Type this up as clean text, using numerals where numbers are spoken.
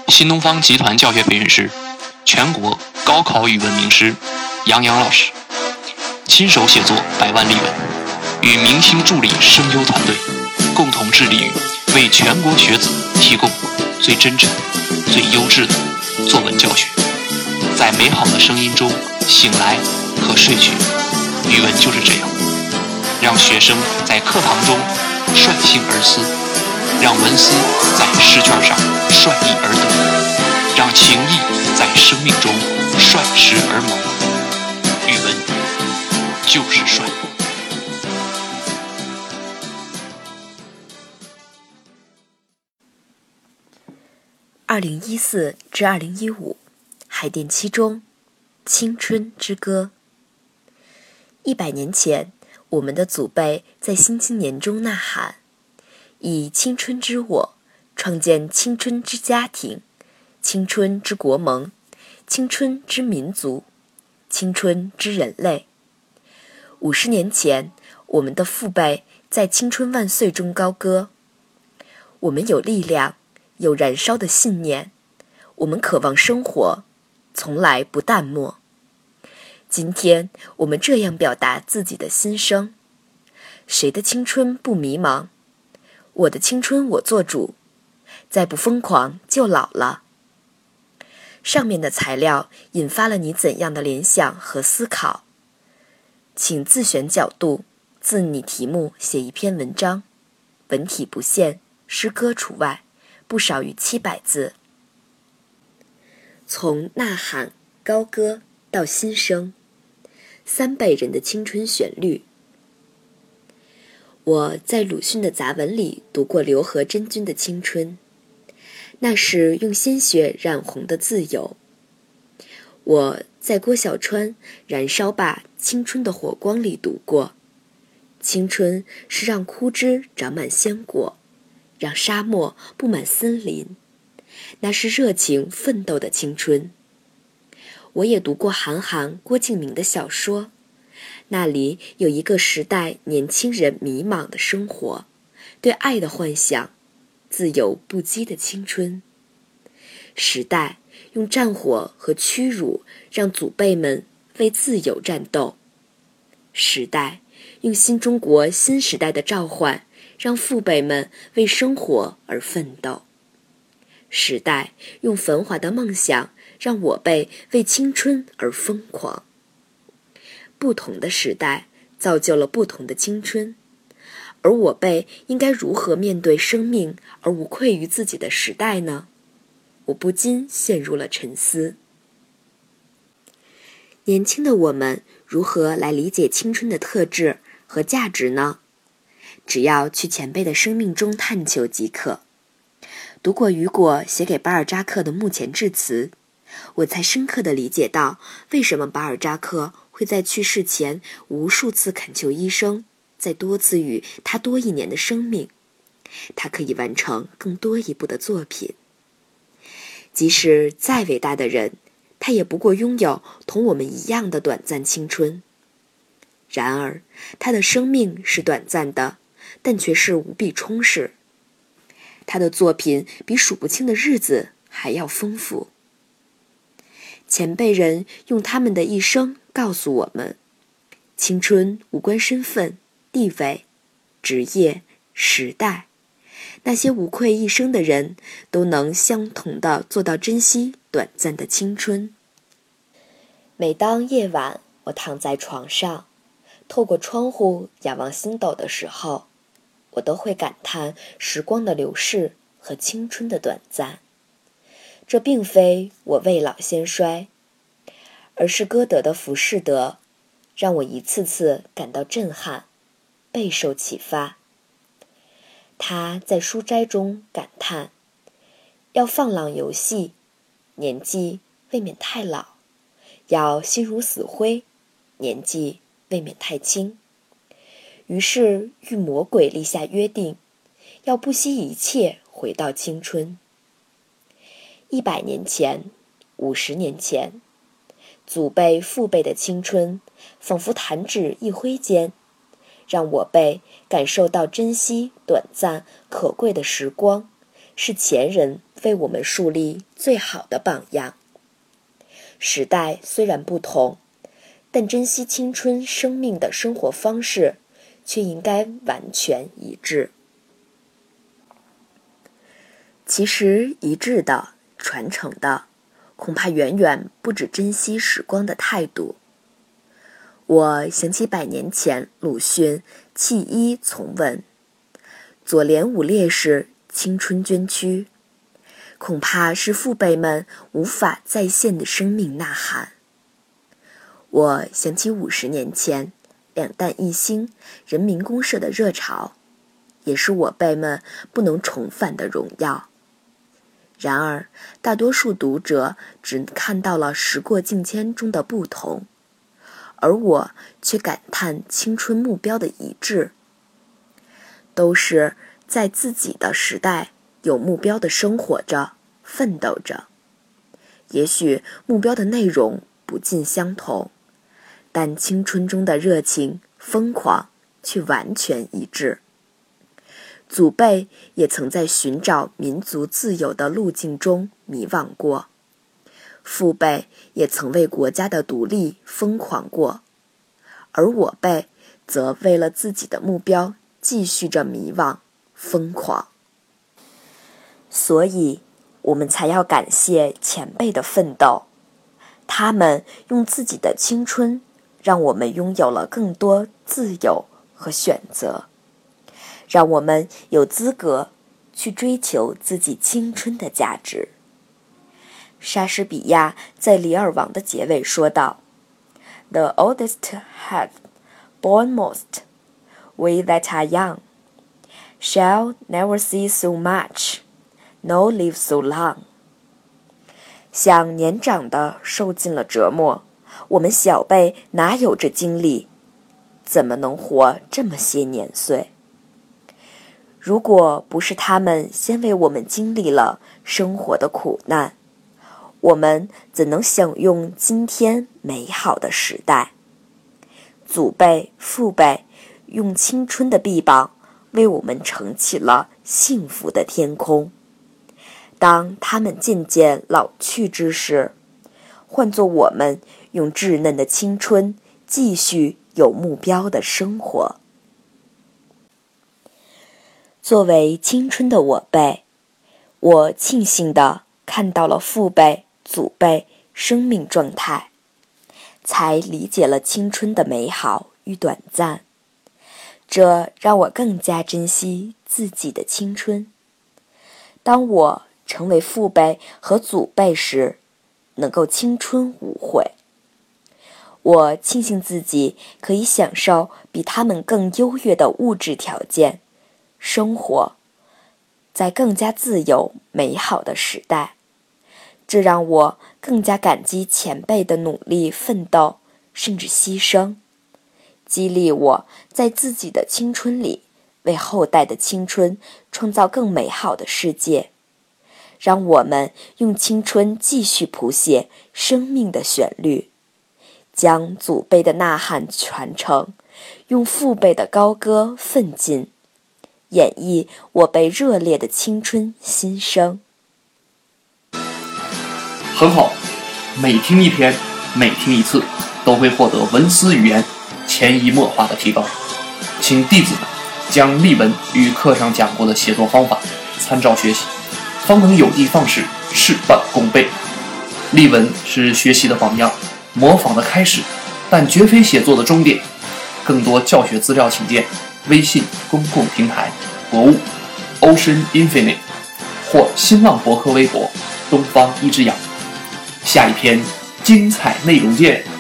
新东方集团教学培训师，全国高考语文名师杨洋老师，亲手写作100万例文，与明星助理声优团队共同致力于为全国学子提供最真诚、最优质的作文教学。在美好的声音中醒来和睡去，语文就是这样，让学生在课堂中率性而思，让文思在试卷上率意而得，让情谊在生命中率时而萌。语文就是帅。 2014至2015海淀七中青春之歌。100年前，我们的祖辈在新青年中呐喊，以青春之我创建青春之家庭、青春之国盟、青春之民族、青春之人类。50年前，我们的父辈在青春万岁中高歌。我们有力量，有燃烧的信念，我们渴望生活，从来不淡漠。今天我们这样表达自己的心声：谁的青春不迷茫？我的青春我做主，再不疯狂就老了。上面的材料引发了你怎样的联想和思考？请自选角度，自拟题目写一篇文章，文体不限，诗歌除外，不少于700字。从呐喊、高歌到心声，3辈人的青春旋律。我在鲁迅的杂文里读过刘和珍君的青春，那是用鲜血染红的自由。我在郭小川《燃烧吧青春的火光》里读过，青春是让枯枝长满鲜果，让沙漠布满森林，那是热情奋斗的青春。我也读过韩寒、郭敬明的小说，那里有一个时代年轻人迷茫的生活，对爱的幻想，自由不羁的青春。时代用战火和屈辱让祖辈们为自由战斗，时代用新中国新时代的召唤让父辈们为生活而奋斗，时代用繁华的梦想让我辈为青春而疯狂。不同的时代造就了不同的青春，而我辈应该如何面对生命而无愧于自己的时代呢？我不禁陷入了沉思。年轻的我们如何来理解青春的特质和价值呢？只要去前辈的生命中探求即可。读过雨果写给巴尔扎克的墓前致辞，我才深刻地理解到为什么巴尔扎克会在去世前无数次恳求医生再多赐予他多1年的生命，他可以完成更多一部的作品。即使再伟大的人，他也不过拥有同我们一样的短暂青春。然而他的生命是短暂的，但却是无比充实。他的作品比数不清的日子还要丰富。前辈人用他们的一生告诉我们，青春无关身份、地位、职业、时代，那些无愧一生的人都能相同地做到珍惜短暂的青春。每当夜晚我躺在床上，透过窗户仰望星斗的时候，我都会感叹时光的流逝和青春的短暂。这并非我未老先衰，而是歌德的浮士德让我一次次感到震撼，备受启发。他在书斋中感叹，要放浪游戏，年纪未免太老；要心如死灰，年纪未免太轻。于是与魔鬼立下约定，要不惜一切回到青春。100年前，50年前，祖辈父辈的青春仿佛弹指一挥间，让我辈感受到珍惜短暂可贵的时光， 是前人为我们树立最好的榜样。时代虽然不同，但珍惜青春生命的生活方式却应该完全一致。其实一致的、传承的，恐怕远远不止珍惜时光的态度。我想起100年前鲁迅弃医从文，左联伍烈士青春捐躯，恐怕是父辈们无法再现的生命呐喊。我想起50年前两弹一星人民公社的热潮，也是我辈们不能重返的荣耀。然而大多数读者只看到了时过境迁中的不同，而我却感叹青春目标的一致，都是在自己的时代有目标的生活着，奋斗着。也许目标的内容不尽相同，但青春中的热情、疯狂却完全一致。祖辈也曾在寻找民族自由的路径中迷惘过，父辈也曾为国家的独立疯狂过，而我辈则为了自己的目标继续着迷惘、疯狂。所以我们才要感谢前辈的奋斗，他们用自己的青春让我们拥有了更多自由和选择，让我们有资格去追求自己青春的价值。莎士比亚在《李尔王》的结尾说道 ：“The oldest have borne most, we that are young shall never see so much, nor live so long。”想年长的受尽了折磨，我们小辈哪有这精力？怎么能活这么些年岁？如果不是他们先为我们经历了生活的苦难，我们怎能享用今天美好的时代？祖辈、父辈用青春的臂膀为我们撑起了幸福的天空。当他们渐渐老去之时，换作我们用稚嫩的青春继续有目标的生活。作为青春的我辈，我庆幸地看到了父辈、祖辈生命状态，才理解了青春的美好与短暂，这让我更加珍惜自己的青春。当我成为父辈和祖辈时，能够青春无悔。我庆幸自己可以享受比他们更优越的物质条件，生活在更加自由美好的时代，这让我更加感激前辈的努力奋斗，甚至牺牲，激励我在自己的青春里为后代的青春创造更美好的世界。让我们用青春继续谱写生命的旋律，将祖辈的呐喊传承，用父辈的高歌奋进，演绎我辈热烈的青春心声。 很好，每听一篇，每听一次，都会获得文思语言潜移默化的提高。请弟子们将例文与课上讲过的写作方法参照学习，方能有的放矢，事半功倍。例文是学习的榜样，模仿的开始，但绝非写作的终点。更多教学资料请见微信公共平台博物 Ocean Infinite 或新浪博客微博东方一只羊。下一篇精彩内容见。